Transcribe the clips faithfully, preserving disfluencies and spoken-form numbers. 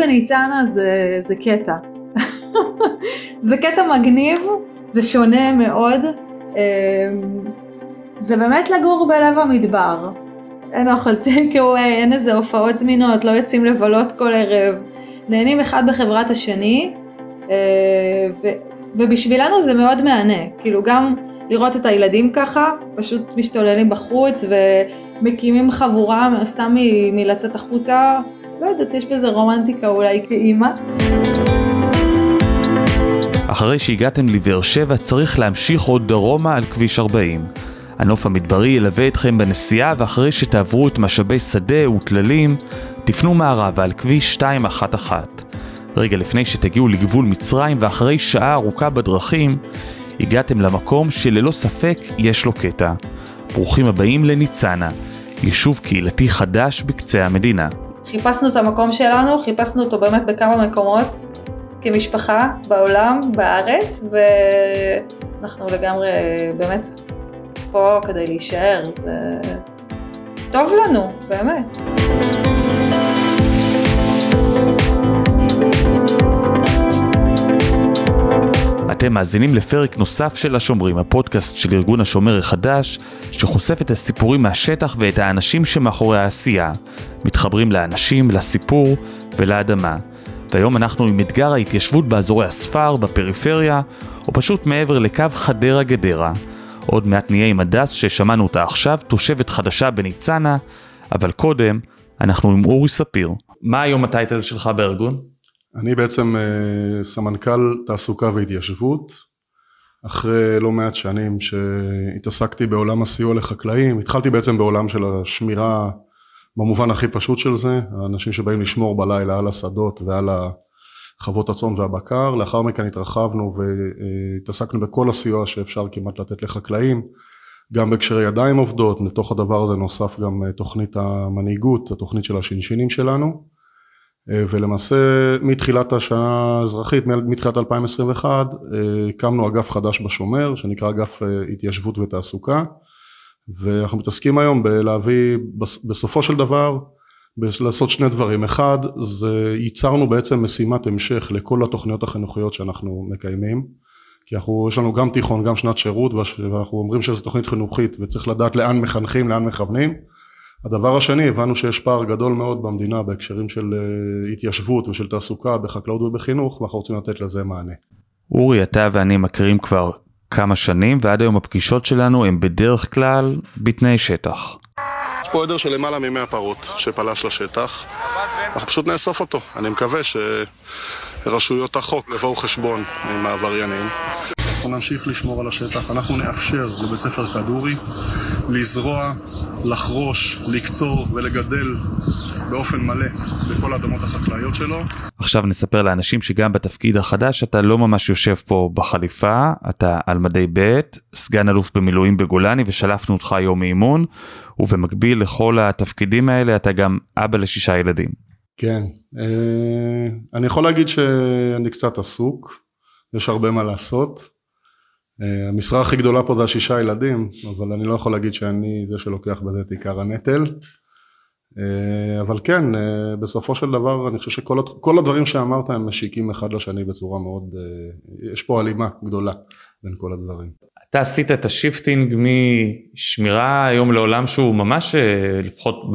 בניצנה זה, זה קטע. זה קטע מגניב, זה שונה מאוד. זה באמת לגור בלב המדבר. אין אוכל טייק-אווי, אין איזה הופעות זמינות, לא יוצאים לבלות כל ערב. נהנים אחד בחברת השני, ו, ובשבילנו זה מאוד מענה. כאילו גם לראות את הילדים ככה, פשוט משתוללים בחוץ ומקימים חבורה סתם מ- מלצאת החוצה. לא יודעת, יש בזה רומנטיקה אולי כאימא. אחרי שהגעתם לבאר שבע צריך להמשיך עוד דרומה על כביש ארבעים. הנוף המדברי ילווה אתכם בנסיעה, ואחרי שתעברו את משאבי שדה וטללים, תפנו מערבה על כביש שתיים אחת אחת. רגע לפני שתגיעו לגבול מצרים ואחרי שעה ארוכה בדרכים, הגעתם למקום שללא ספק יש לו קטע. ברוכים הבאים לניצנה, יישוב קהילתי חדש בקצה המדינה. חיפשנו את המקום שלנו, חיפשנו אותו באמת בכמה מקומות, כמשפחה בעולם, בארץ, ואנחנו לגמרי באמת פה כדי להישאר, זה טוב לנו, באמת. אתם מאזינים לפרק נוסף של השומרים, הפודקאסט של ארגון השומר החדש, שחושף את הסיפורים מהשטח ואת האנשים שמאחורי העשייה, מתחברים לאנשים, לסיפור ולאדמה. והיום אנחנו עם אתגר ההתיישבות באזורי הספר, בפריפריה, או פשוט מעבר לקו חדרה גדרה. עוד מעט נהיה עם הדס ששמענו אותה עכשיו, תושבת חדשה בניצנה, אבל קודם אנחנו עם אורי ספיר. מה היום הטייטל שלך בארגון? אני בעצם uh, סמנכ"ל תעסוקה והתיישבות, אחרי לא מעט שנים שהתעסקתי בעולם הסיוע לחקלאים, התחלתי בעצם בעולם של השמירה, במובן הכי פשוט של זה, האנשים שבאים לשמור בלילה על השדות ועל חוות הצאן והבקר, לאחר מכן התרחבנו והתעסקנו בכל הסיוע שאפשר כמעט לתת לחקלאים, גם בהקשרי ידיים עובדות, לתוך הדבר הזה נוסף גם תוכנית המנהיגות, התוכנית של השינשינים שלנו, ולמעשה מתחילת השנה האזרחית, מתחילת אלפיים עשרים ואחת, הקמנו אגף חדש בשומר, שנקרא אגף התיישבות ותעסוקה, ואנחנו מתעסקים היום בלהביא, בסופו של דבר, לעשות שני דברים. אחד, זה ייצרנו בעצם משימת המשך לכל התוכניות החינוכיות שאנחנו מקיימים, כי אנחנו, יש לנו גם תיכון, גם שנת שירות, ואנחנו אומרים שזו תוכנית חינוכית, וצריך לדעת לאן מחנכים, לאן מכוונים. הדבר השני, הבנו שיש פער גדול מאוד במדינה, בהקשרים של התיישבות ושל תעסוקה, בחקלאות ובחינוך, ואנחנו רוצים לתת לזה מענה. אורי, אתה ואני מכירים כבר כמה שנים, ועד היום הפגישות שלנו הם בדרך כלל בתנאי שטח. יש פה עדר של למעלה ממאה פרות שפלש לשטח, אנחנו פשוט נאסוף אותו. אני מקווה שרשויות החוק יבואו חשבון עם העבריינים. אנחנו נמשיך לשמור על השטח, אנחנו נאפשר לבית ספר כדורי לזרוע, לחרוש, לקצור ולגדל באופן מלא בכל האדמות החקלאיות שלו. עכשיו נספר לאנשים שגם בתפקיד החדש אתה לא ממש יושב פה בחליפה, אתה על מדי ב', סגן אלוף במילואים בגולני ושלפנו אותך יום מאימון, ובמקביל לכל התפקידים האלה אתה גם אבא לשישה ילדים. כן, אני יכול להגיד שאני קצת עסוק, יש הרבה מה לעשות. המשרה הכי גדולה פה זה השישה ילדים, אבל אני לא יכול להגיד שאני זה שלוקח בזה את עיקר הנטל. אבל כן, בסופו של דבר אני חושב שכל הדברים שאמרת הם משיקים אחד לשני בצורה מאוד, יש פה הלימה גדולה בין כל הדברים. אתה עשית את השיפטינג משמירה היום לעולם שהוא ממש לפחות ב...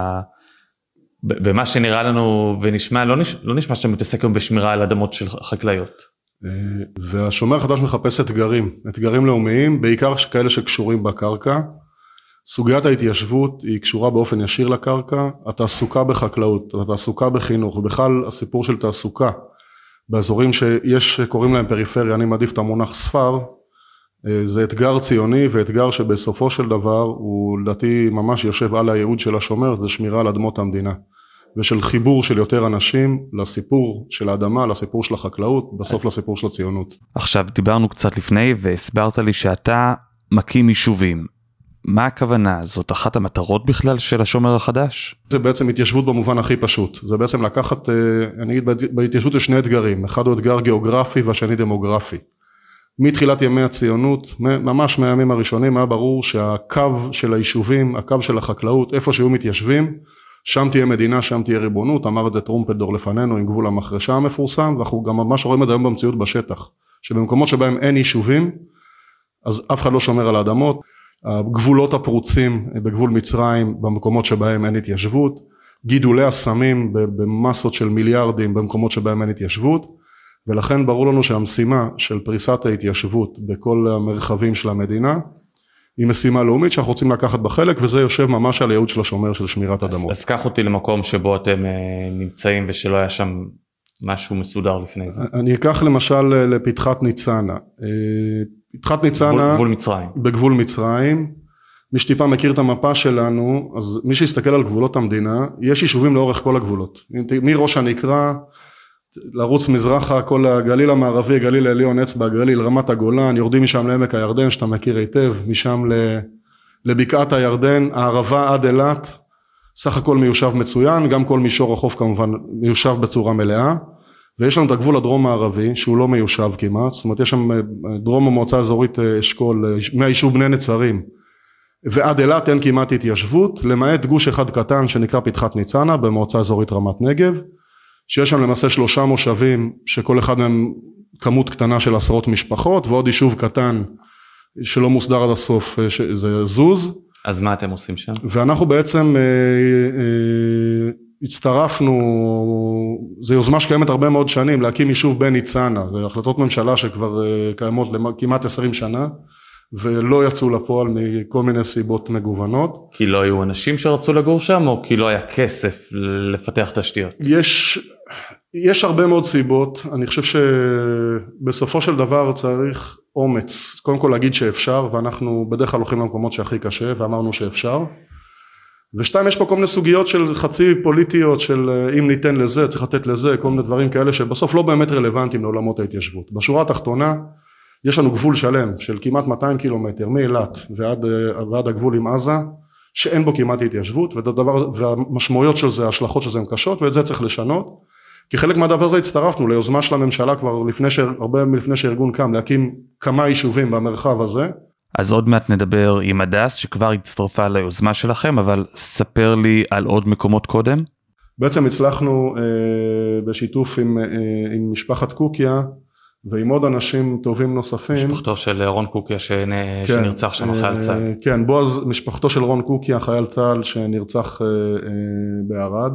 במה שנראה לנו ונשמע, לא נשמע, לא נשמע שאתה מתעסק היום בשמירה על אדמות של חקלאיות. והשומר החדש מחפש אתגרים, אתגרים לאומיים, בעיקר כאלה שקשורים בקרקע. סוגיית ההתיישבות היא קשורה באופן ישיר לקרקע, התעסוקה בחקלאות, התעסוקה בחינוך, ובכלל הסיפור של תעסוקה, באזורים שיש, קוראים להם פריפריה, אני מעדיף את המונח ספר, זה אתגר ציוני ואתגר שבסופו של דבר הוא לדעתי ממש יושב על הייעוד של השומר, זה שמירה על אדמות המדינה. ושל חיבור של יותר אנשים לסיפור של האדמה, לסיפור של החקלאות, בסוף לסיפור של הציונות. עכשיו דיברנו קצת לפני והסברת לי שאתה מקים יישובים. מה הכוונה? זאת אחת המטרות בכלל של השומר החדש? זה בעצם התיישבות במובן הכי פשוט. זה בעצם לקחת, אני אגיד, בהתיישבות יש שני אתגרים. אחד הוא אתגר גיאוגרפי והשני דמוגרפי. מתחילת ימי הציונות, ממש מהימים הראשונים, היה ברור שהקו של היישובים, הקו של החקלאות, איפה שהיו מתיישבים, שם תהיה מדינה, שם תהיה ריבונות, אמר את זה טרומפלדור לפנינו עם גבול המחרשה המפורסם, ואנחנו גם ממש רואים את היום במציאות בשטח, שבמקומות שבהם אין יישובים, אז אף אחד לא שומר על האדמות, הגבולות הפרוצים בגבול מצרים, במקומות שבהם אין התיישבות, גידולי הסמים במסות של מיליארדים במקומות שבהם אין התיישבות, ולכן ברור לנו שהמשימה של פריסת ההתיישבות בכל המרחבים של המדינה, היא משימה לאומית שאנחנו רוצים לקחת בחלק, וזה יושב ממש על הייעוד של השומר של שמירת אדמות. אז, אז קח אותי למקום שבו אתם נמצאים ושלא היה שם משהו מסודר לפני זה. אני אקח למשל לפתחת ניצנה. פתחת ניצנה... גבול, גבול מצרים. בגבול מצרים. מי שטיפה מכיר את המפה שלנו, אז מי שיסתכל על גבולות המדינה, יש יישובים לאורך כל הגבולות. מראש הנקרה, לרוץ מזרחה, כל הגליל המערבי, גליל העליון, אצבע הגליל, רמת הגולן, יורדים משם לעמק הירדן, שאתה מכיר היטב, משם לבקעת הירדן, הערבה עד אילת, סך הכל מיושב מצוין, גם כל מישור החוף כמובן מיושב בצורה מלאה, ויש לנו את הגבול הדרום הערבי, שהוא לא מיושב כמעט, זאת אומרת יש שם דרום המועצה האזורית אשכול, מהיישוב בני נצרים, ועד אילת אין כמעט התיישבות, למעט גוש אחד קטן שנקרא פתחת ניצנה, במועצה האזורית רמת נגב, שיש שם למעשה שלושה מושבים, שכל אחד מהם כמות קטנה של עשרות משפחות, ועוד יישוב קטן שלא מוסדר עד הסוף, זה זוז. אז מה אתם עושים שם? ואנחנו בעצם אה, אה, הצטרפנו, זו יוזמה שקיימת הרבה מאוד שנים, להקים יישוב בן ניצנה, זה החלטות ממשלה שכבר אה, קיימות כמעט עשרים שנה, ולא יצאו לפועל מכל מיני סיבות מגוונות. כי לא היו אנשים שרצו לגור שם, או כי לא היה כסף לפתח תשתיות? יש, יש הרבה מאוד סיבות, אני חושב שבסופו של דבר צריך אומץ, קודם כל להגיד שאפשר, ואנחנו בדרך כלל הולכים למקומות שהכי קשה, ואמרנו שאפשר, ושתיים, יש פה כל מיני סוגיות של חצי פוליטיות, של אם ניתן לזה, צריך לתת לזה, כל מיני דברים כאלה, שבסוף לא באמת רלוונטיים לעולמות ההתיישבות. בשורה התחתונה, יש לנו גבול שלם של כמעט מאתיים קילומטר מאילת ועד, ועד הגבול עם עזה, שאין בו כמעט התיישבות, והדבר, והמשמעויות של זה, ההשלכות של זה הן קשות, ואת זה צריך לשנות, כי חלק מהדבר הזה הצטרפנו ליוזמה של הממשלה כבר לפני ש... הרבה לפני שהארגון קם, להקים כמה יישובים במרחב הזה. אז עוד מעט נדבר עם הדס, שכבר הצטרפה ליוזמה שלכם, אבל ספר לי על עוד מקומות קודם. בעצם הצלחנו אה, בשיתוף עם, אה, עם משפחת קוקיה, ועם עוד אנשים טובים נוספים. משפחתו של רון קוקיה שנ... כן, שנרצח שם חייל צה"ל. כן, בועז, משפחתו של רון קוקיה, חייל צה"ל שנרצח אה, אה, בערד.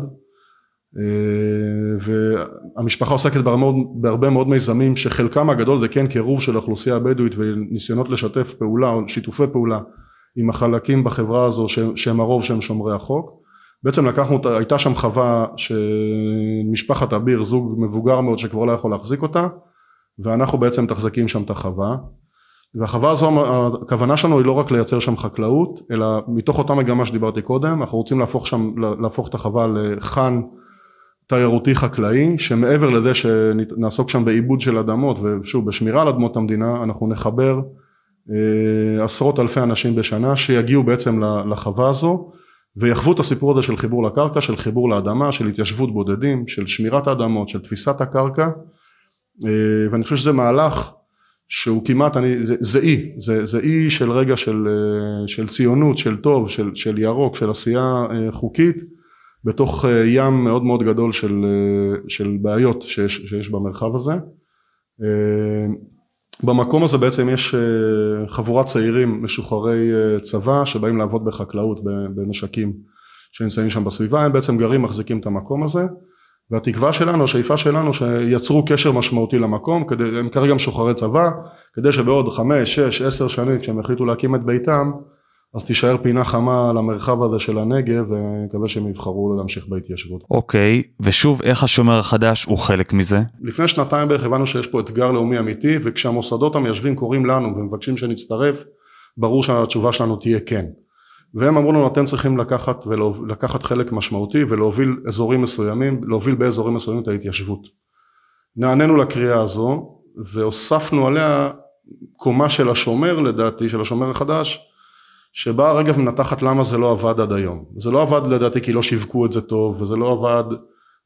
והמשפחה עוסקת בהרבה מאוד מיזמים שחלקם הגדול זה כן קירוב של האוכלוסייה הבדואית וניסיונות לשתף פעולה או שיתופי פעולה עם החלקים בחברה הזו שהם הרוב שהם שומרי החוק. בעצם לקחנו, הייתה שם חווה שמשפחת אביר, זוג מבוגר מאוד שכבר לא יכול להחזיק אותה, ואנחנו בעצם תחזקים שם את החווה, והחווה הזו, הכוונה שלנו היא לא רק לייצר שם חקלאות, אלא מתוך אותה מגמה שדיברתי קודם, אנחנו רוצים להפוך שם, להפוך את החווה לחן תיירותי חקלאי, שמעבר לזה שנעסוק שם בעיבוד של אדמות, ושוב בשמירה על אדמות המדינה, אנחנו נחבר אה, עשרות אלפי אנשים בשנה, שיגיעו בעצם לחווה הזו, ויחוו את הסיפור הזה של חיבור לקרקע, של חיבור לאדמה, של התיישבות בודדים, של שמירת האדמות, של תפיסת הקרקע, אה, ואני חושב שזה מהלך, שהוא כמעט, אני, זה, זה אי, זה, זה אי של רגע של, של ציונות, של טוב, של, של ירוק, של עשייה אה, חוקית, בתוך ים מאוד מאוד גדול של, של בעיות שיש, שיש במרחב הזה. במקום הזה בעצם יש חבורת צעירים משוחררי צבא שבאים לעבוד בחקלאות במשקים שנמצאים שם בסביבה, הם בעצם גרים מחזיקים את המקום הזה, והתקווה שלנו, השאיפה שלנו שיצרו קשר משמעותי למקום, כדי, הם כרגע משוחררי צבא, כדי שבעוד חמש, שש, עשר שנים כשהם החליטו להקים את ביתם, אז תישאר פינה חמה למרחב הזה של הנגב, ומקווה שהם יבחרו להמשיך בהתיישבות. אוקיי, ושוב, איך השומר החדש הוא חלק מזה? לפני שנתיים בערך הבנו שיש פה אתגר לאומי אמיתי, וכשהמוסדות המיישבים קוראים לנו ומבקשים שנצטרף, ברור שהתשובה שלנו תהיה כן. והם אמרו לנו, אתם צריכים לקחת, ולקחת חלק משמעותי, ולהוביל אזורים מסוימים, להוביל באזורים מסוימים את ההתיישבות. נענינו לקריאה הזו, והוספנו עליה קומה של השומר, לדעתי, של השומר החדש, שבאה רגע ומנתחת למה זה לא עבד עד היום. זה לא עבד לדעתי כי לא שיווקו את זה טוב, וזה לא עבד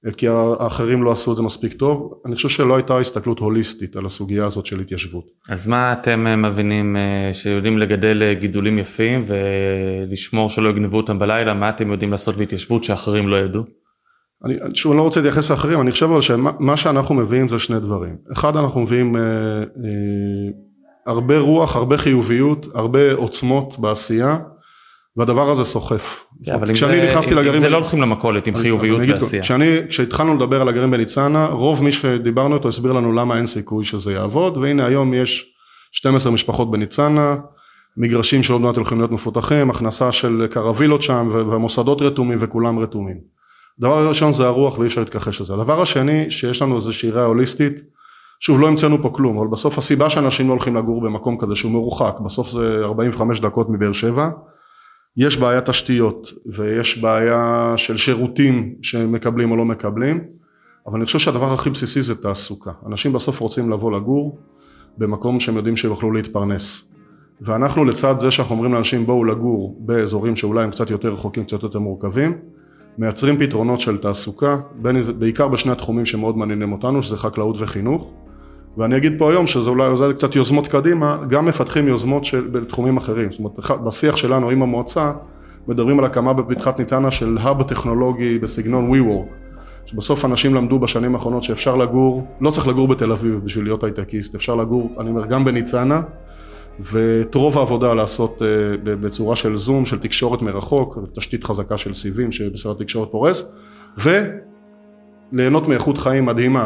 כי האחרים לא עשו את זה מספיק טוב. אני חושב שלא הייתה הסתכלות הוליסטית על הסוגיה הזאת של התיישבות. אז מה אתם מבינים שיודעים לגדל גידולים יפים ולשמור שלא יגנבו אותם בלילה, מה אתם יודעים לעשות בהתיישבות שאחרים לא ידעו? אני שוב אני לא רוצה להתייחס לאחרים, אני חושב אבל שמה שאנחנו מביאים זה שני דברים. אחד, אנחנו מביאים אה, אה, הרבה רוח, הרבה חיוביות, הרבה עוצמות בעשייה, והדבר הזה סוחף. כשאני נכנסתי לגרעין... זה לא הולכים למכולת עם חיוביות ועשייה. כשהתחלנו לדבר על הגרעין בניצנה, רוב מי שדיברנו איתו הסביר לנו למה אין סיכוי שזה יעבוד, והנה היום יש שתים עשרה משפחות בניצנה, מגרשים שעוד מעט הולכים להיות מפותחים, הכנסה של קרווילות שם, והמוסדות רתומים וכולם רתומים. הדבר הראשון זה הרוח ואי אפשר להתכחש לזה. הדבר השני, שיש לנו איזו שירה הוליסטית, שוב לא המצאנו פה כלום, אבל בסוף הסיבה שאנשים לא הולכים לגור במקום כזה שהוא מרוחק, בסוף זה ארבעים וחמש דקות מבאר שבע, יש בעיה תשתיות ויש בעיה של שירותים שמקבלים או לא מקבלים, אבל אני חושב שהדבר הכי בסיסי זה תעסוקה. אנשים בסוף רוצים לבוא לגור במקום שהם יודעים שיוכלו להתפרנס. ואנחנו לצד זה שאנחנו אומרים לאנשים בואו לגור באזורים שאולי הם קצת יותר רחוקים, קצת יותר מורכבים, מייצרים פתרונות של תעסוקה, בעיקר בשני התחומים שמאוד מעניינים אותנו, שזה חקלאות וחינוך. ואני אגיד פה היום שזה אולי זה קצת יוזמות קדימה, גם מפתחים יוזמות של, בתחומים אחרים. זאת אומרת, בשיח שלנו עם המועצה, מדברים על הקמה בפתחת ניצנה של האב טכנולוגי בסגנון WeWork, שבסוף אנשים למדו בשנים האחרונות שאפשר לגור, לא צריך לגור בתל אביב בשביל להיות הייטקיסט, אפשר לגור, אני אומר, גם בניצנה, ואת רוב העבודה לעשות בצורה של זום, של תקשורת מרחוק, תשתית חזקה של סיבים שבמשרד התקשורת פורס, וליהנות מאיכות חיים מדהימה.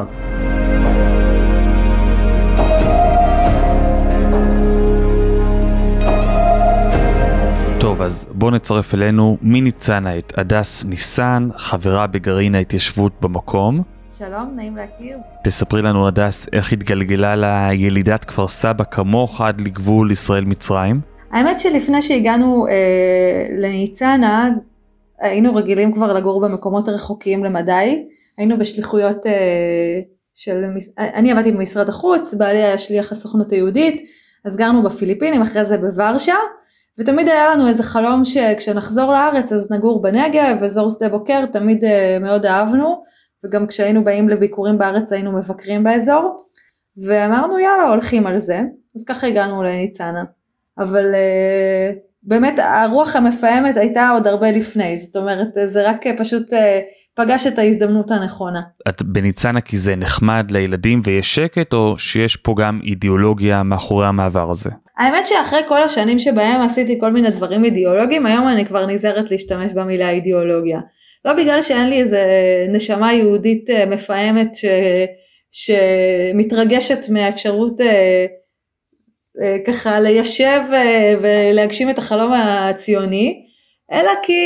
טוב, אז בואו נצרף אלינו מניצנה את הדס ניסן, חברה בגרעין ההתיישבות במקום. שלום, נעים להכיר. תספרי לנו הדס איך התגלגלה לילידת כפר סבא כמוך עד לגבול ישראל מצרים. האמת שלפני שהגענו אה, לניצנה, היינו רגילים כבר לגור במקומות רחוקים למדי, היינו בשליחויות אה, של, אני עבדתי במשרד החוץ, בעלי היה שליח הסוכנות היהודית, אז גרנו בפיליפינים, אחרי זה בוורשה, ותמיד היה לנו איזה חלום שכשנחזור לארץ אז נגור בנגב, אזור שדה בוקר, תמיד אה, מאוד אהבנו, וגם כשהיינו באים לביקורים בארץ היינו מבקרים באזור, ואמרנו יאללה הולכים על זה, אז ככה הגענו לניצנה, אבל uh, באמת הרוח המפעמת הייתה עוד הרבה לפני, זאת אומרת זה רק פשוט uh, פגש את ההזדמנות הנכונה. את בניצנה כי זה נחמד לילדים ויש שקט, או שיש פה גם אידיאולוגיה מאחורי המעבר הזה? האמת שאחרי כל השנים שבהם עשיתי כל מיני דברים אידיאולוגיים, היום אני כבר נזהרת להשתמש במילה אידיאולוגיה. לא בגלל שאין לי איזה נשמה יהודית מפעמת ש, שמתרגשת מהאפשרות ככה ליישב ולהגשים את החלום הציוני, אלא כי,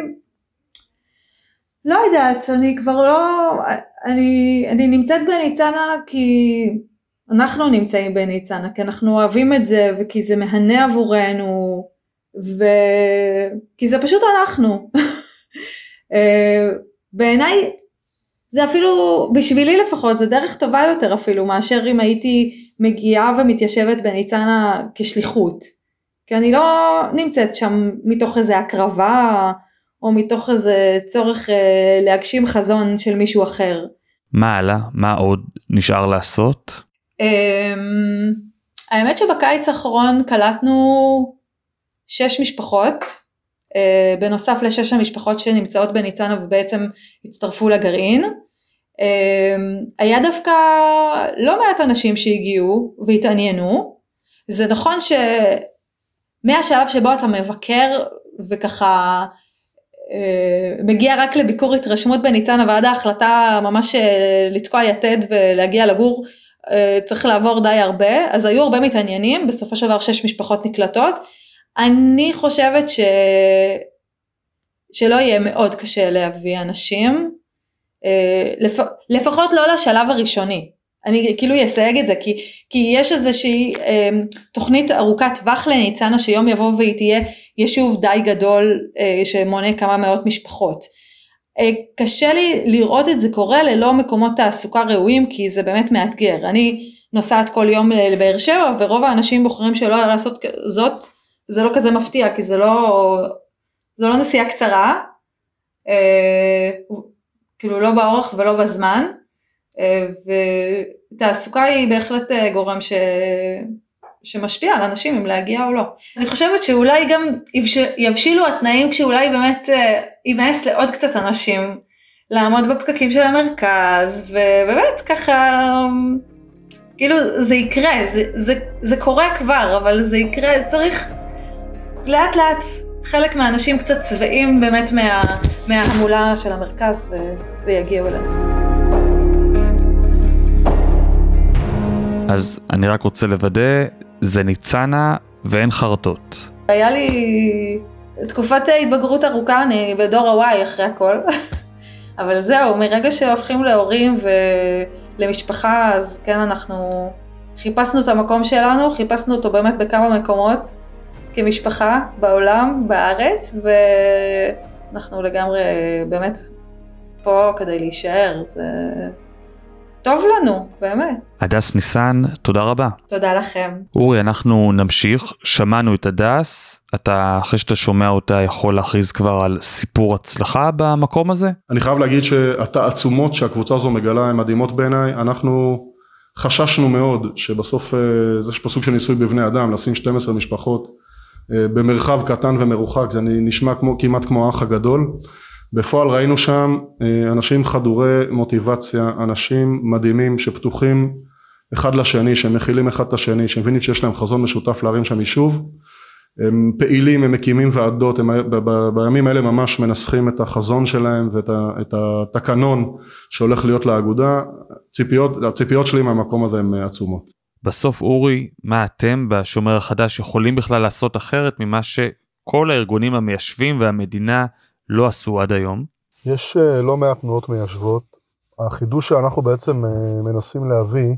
לא יודעת, אני כבר לא, אני, אני נמצאת בניצנה כי אנחנו נמצאים בניצנה, כי אנחנו אוהבים את זה וכי זה מהנה עבורנו, וכי זה פשוט אנחנו. Uh, בעיניי זה אפילו בשבילי לפחות זה דרך טובה יותר אפילו מאשר אם הייתי מגיעה ומתיישבת בניצנה כשליחות, כי אני לא נמצאת שם מתוך איזה הקרבה או מתוך איזה צורך uh, להגשים חזון של מישהו אחר. מה הלאה? מה עוד נשאר לעשות? Um, האמת שבקיץ האחרון קלטנו שש משפחות, בנוסף לשש המשפחות שנמצאות בניצנה ובעצם הצטרפו לגרעין. היה דווקא לא מעט אנשים שהגיעו והתעניינו. זה נכון שמהשלב שבו אתה מבקר וככה מגיע רק לביקור התרשמות בניצנה ועד ההחלטה ממש לתקוע יתד ולהגיע לגור, צריך לעבור די הרבה, אז היו הרבה מתעניינים, בסופו של דבר שש משפחות נקלטות. אני חושבת ש... שלא יהיה מאוד קשה להביא אנשים, לפ... לפחות לא לשלב הראשוני, אני כאילו יסייג את זה, כי, כי יש איזושהי תוכנית ארוכת טווח לניצנה, שיום יבוא והיא תהיה יישוב די גדול, שמונה כמה מאות משפחות. קשה לי לראות את זה קורה ללא מקומות תעסוקה ראויים, כי זה באמת מאתגר. אני נוסעת כל יום לבאר שבע, ורוב האנשים בוחרים שלא לעשות זאת, זה לא כזה מפתיע, כי זה לא, זה לא נסיעה קצרה, כאילו לא באורך ולא בזמן, ותעסוקה היא בהחלט גורם ש... שמשפיע על אנשים אם להגיע או לא. אני חושבת שאולי גם יבשילו התנאים כשאולי באמת יימאס לעוד קצת אנשים לעמוד בפקקים של המרכז, ובאמת ככה, כאילו זה יקרה, זה, זה, זה קורה כבר, אבל זה יקרה, צריך לאט לאט, חלק מהאנשים קצת צבעים באמת מה, מההמולה של המרכז ו, ויגיעו אלינו. אז אני רק רוצה לוודא, זה ניצנה ואין חרטות. היה לי תקופת התבגרות ארוכה, אני בדור הוואי אחרי הכל, אבל זהו, מרגע שהופכים להורים ולמשפחה, אז כן, אנחנו חיפשנו את המקום שלנו, חיפשנו אותו באמת בכמה מקומות, כמשפחה בעולם, בארץ, ואנחנו לגמרי באמת פה כדי להישאר, זה טוב לנו, באמת. הדס ניסן, תודה רבה. תודה לכם. אורי, אנחנו נמשיך, שמענו את הדס, אתה אחרי שאתה שומע אותה יכול להכריז כבר על סיפור הצלחה במקום הזה? אני חייב להגיד שהתעצומות שהקבוצה הזו מגלה הן מדהימות בעיניי, אנחנו חששנו מאוד שבסוף זה פסוק של ניסוי בבני אדם, לשים שתים עשרה משפחות במרחב קטן ומרוחק, זה נשמע כמו, כמעט כמו האח הגדול, בפועל ראינו שם אנשים חדורי מוטיבציה, אנשים מדהימים שפתוחים אחד לשני, שמכילים אחד את השני, שמבינים שיש להם חזון משותף להרים שם יישוב, הם פעילים, הם מקימים ועדות, הם בימים האלה ממש מנסחים את החזון שלהם ואת התקנון שהולך להיות לאגודה, ציפיות, הציפיות שלי מהמקום הזה הן עצומות. בסוף אורי, מה אתם בשומר החדש יכולים בכלל לעשות אחרת ממה שכל הארגונים המיישבים והמדינה לא עשו עד היום? יש לא מעט תנועות מיישבות. החידוש שאנחנו בעצם מנסים להביא,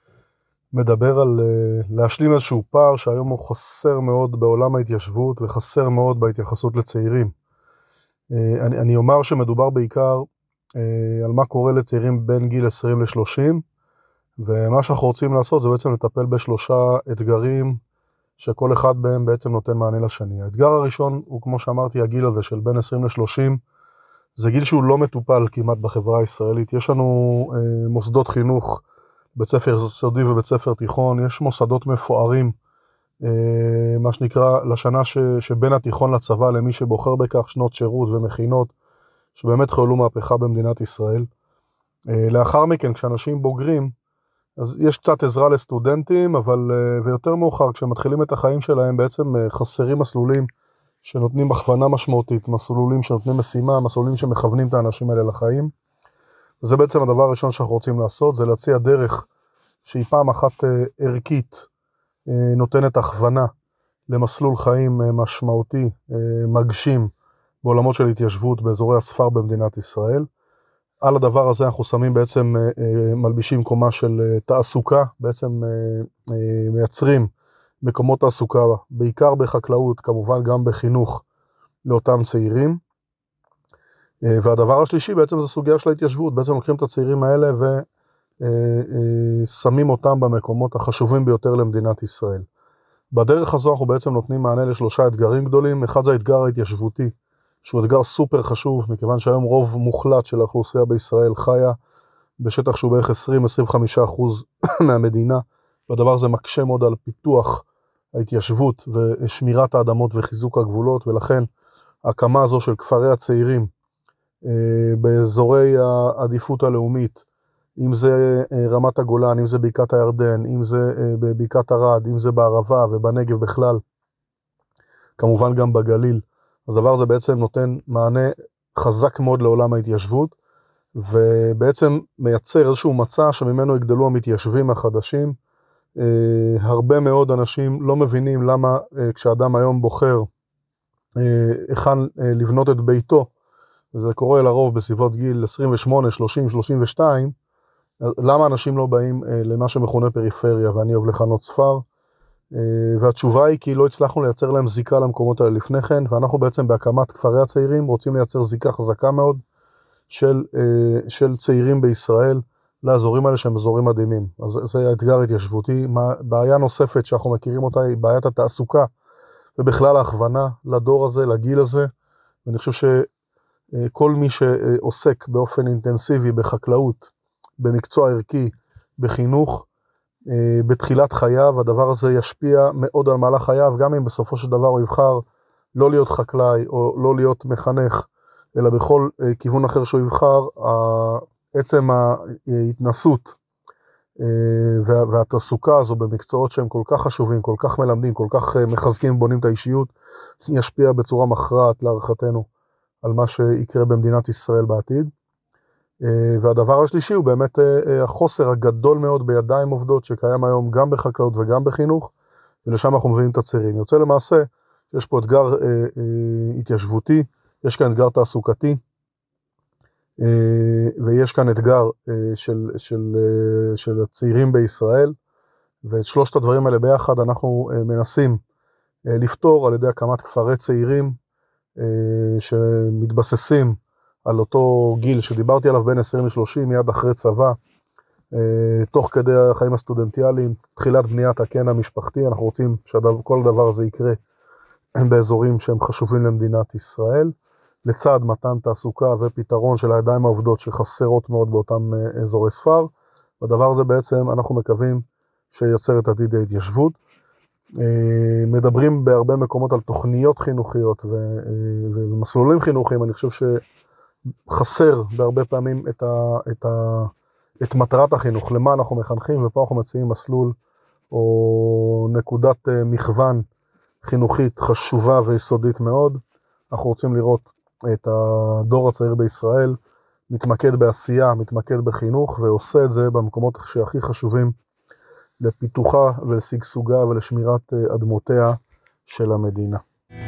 מדבר על להשלים איזשהו פער שהיום הוא חסר מאוד בעולם ההתיישבות וחסר מאוד בהתייחסות לצעירים. אני, אני אומר שמדובר בעיקר על מה קורה לצעירים בין גיל עשרים ל-שלושים, ומה שאנחנו רוצים לעשות זה בעצם לטפל בשלושה אתגרים שכל אחד מהם בעצם נותן מענה לשני. האתגר הראשון הוא, כמו שאמרתי, הגיל הזה של בין עשרים ל-שלושים, זה גיל שהוא לא מטופל כמעט בחברה הישראלית. יש לנו אה, מוסדות חינוך, בית ספר יסודי ובית ספר תיכון, יש מוסדות מפוארים, אה, מה שנקרא לשנה ש, שבין התיכון לצבא, למי שבוחר בכך, שנות שירות ומכינות, שבאמת חוללו מהפכה במדינת ישראל. אה, לאחר מכן, כשאנשים בוגרים, אז יש קצת עזרה לסטודנטים, אבל ויותר מאוחר, כשמתחילים את החיים שלהם, בעצם חסרים מסלולים שנותנים הכוונה משמעותית, מסלולים שנותנים משימה, מסלולים שמכוונים את האנשים האלה לחיים. וזה בעצם הדבר הראשון שאנחנו רוצים לעשות, זה להציע דרך שהיא פעם אחת ערכית, נותנת הכוונה למסלול חיים משמעותי, מגשים, בעולמות של התיישבות באזורי הספר במדינת ישראל. על הדבר הזה אנחנו שמים בעצם, מלבישים קומה של תעסוקה, בעצם מייצרים מקומות תעסוקה, בעיקר בחקלאות, כמובן גם בחינוך לאותם צעירים. והדבר השלישי בעצם זה סוגיה של ההתיישבות, בעצם לוקחים את הצעירים האלה ושמים אותם במקומות החשובים ביותר למדינת ישראל. בדרך הזו אנחנו בעצם נותנים מענה לשלושה אתגרים גדולים, אחד זה האתגר ההתיישבותי, שהוא אתגר סופר חשוב, מכיוון שהיום רוב מוחלט של האוכלוסייה בישראל חיה בשטח שהוא בערך עשרים עד עשרים וחמישה אחוז מהמדינה, והדבר הזה מקשה מאוד על פיתוח ההתיישבות ושמירת האדמות וחיזוק הגבולות, ולכן ההקמה הזו של כפרי הצעירים באזורי העדיפות הלאומית, אם זה רמת הגולן, אם זה בקעת הירדן, אם זה בבקעת ערד, אם זה בערבה ובנגב בכלל, כמובן גם בגליל, אז הדבר הזה בעצם נותן מענה חזק מאוד לעולם ההתיישבות, ובעצם מייצר איזשהו מצע שממנו יגדלו המתיישבים החדשים. הרבה מאוד אנשים לא מבינים למה כשאדם היום בוחר היכן לבנות את ביתו, וזה קורה לרוב בסביבות גיל עשרים ושמונה, שלושים, שלושים ושתיים, למה אנשים לא באים למה שמכונה פריפריה, ואני אוהב לכנות ספר, והתשובה היא כי לא הצלחנו לייצר להם זיקה למקומות האלה לפני כן, ואנחנו בעצם בהקמת כפרי הצעירים רוצים לייצר זיקה חזקה מאוד של, של צעירים בישראל לאזורים האלה שהם אזורים מדהימים. אז זה האתגר התיישבותי. בעיה נוספת שאנחנו מכירים אותה היא בעיית התעסוקה, ובכלל ההכוונה לדור הזה, לגיל הזה, ואני חושב כל מי שעוסק באופן אינטנסיבי בחקלאות, במקצוע ערכי, בחינוך, בתחילת חייו, הדבר הזה ישפיע מאוד על מהלך חייו, גם אם בסופו של דבר הוא יבחר לא להיות חקלאי או לא להיות מחנך, אלא בכל כיוון אחר שהוא יבחר, עצם ההתנסות והתעסוקה הזו במקצועות שהם כל כך חשובים, כל כך מלמדים, כל כך מחזקים, בונים את האישיות, ישפיע בצורה מכרעת להערכתנו על מה שיקרה במדינת ישראל בעתיד. והדבר השלישי הוא באמת החוסר הגדול מאוד בידיים עובדות שקיים היום גם בחקלאות וגם בחינוך, ולשם אנחנו מביאים את הצעירים. יוצא למעשה, יש פה אתגר התיישבותי, יש כאן אתגר תעסוקתי, ויש כאן אתגר של, של, של הצעירים בישראל, ואת שלושת הדברים האלה ביחד אנחנו מנסים לפתור על ידי הקמת כפרי צעירים, שמתבססים על אותו גיל שדיברתי עליו בין עשרים ל-שלושים, מיד אחרי צבא, תוך כדי החיים הסטודנטיאליים, תחילת בניית הקן המשפחתי, אנחנו רוצים שכל הדבר הזה יקרה באזורים שהם חשובים למדינת ישראל, לצד מתן תעסוקה ופתרון של הידיים העובדות שחסרות מאוד באותם אזורי ספר, והדבר הזה בעצם אנחנו מקווים שייצר את עתיד ההתיישבות. מדברים בהרבה מקומות על תוכניות חינוכיות ומסלולים חינוכיים, אני חושב שחסר בהרבה פעמים את, ה, את, ה, את מטרת החינוך, למה אנחנו מחנכים, ופה אנחנו מציעים מסלול או נקודת מכוון חינוכית חשובה ויסודית מאוד. אנחנו רוצים לראות את הדור הצעיר בישראל מתמקד בעשייה, מתמקד בחינוך, ועושה את זה במקומות שהכי חשובים לפיתוחה ולשגשוגה ולשמירת אדמותיה של המדינה.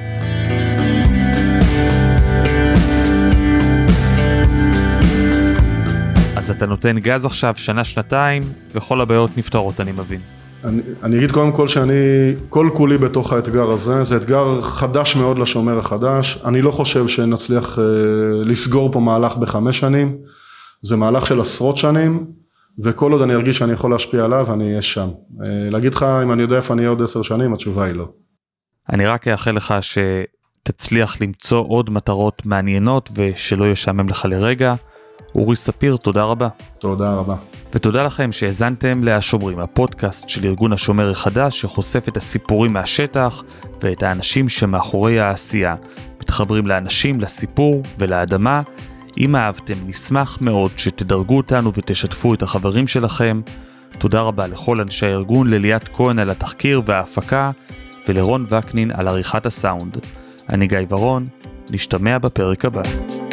אז אתה נותן גז עכשיו שנה, שנתיים, וכל הבעיות נפתרות, אני מבין. אני, אני אגיד קודם כל שאני כל כולי בתוך האתגר הזה, זה אתגר חדש מאוד לשומר החדש, אני לא חושב שנצליח אה, לסגור פה מהלך בחמש שנים, זה מהלך של עשרות שנים, וכל עוד אני ארגיש שאני יכול להשפיע עליו, אני אהיה שם. אה, להגיד לך אם אני יודע איפה אני אהיה עוד עשר שנים, התשובה היא לא. אני רק אאחל לך שתצליח למצוא עוד מטרות מעניינות, ושלא ישעמם לך לרגע. אורי ספיר, תודה רבה. תודה רבה. ותודה לכם שהזנתם להשומרים, הפודקאסט של ארגון השומר החדש, שחושף את הסיפורים מהשטח ואת האנשים שמאחורי העשייה. מתחברים לאנשים, לסיפור ולאדמה. אם אהבתם, נשמח מאוד שתדרגו אותנו ותשתפו את החברים שלכם. תודה רבה לכל אנשי הארגון, לליאת כהן על התחקיר וההפקה, ולרון וקנין על עריכת הסאונד. אני גיא ורון, נשתמע בפרק הבא.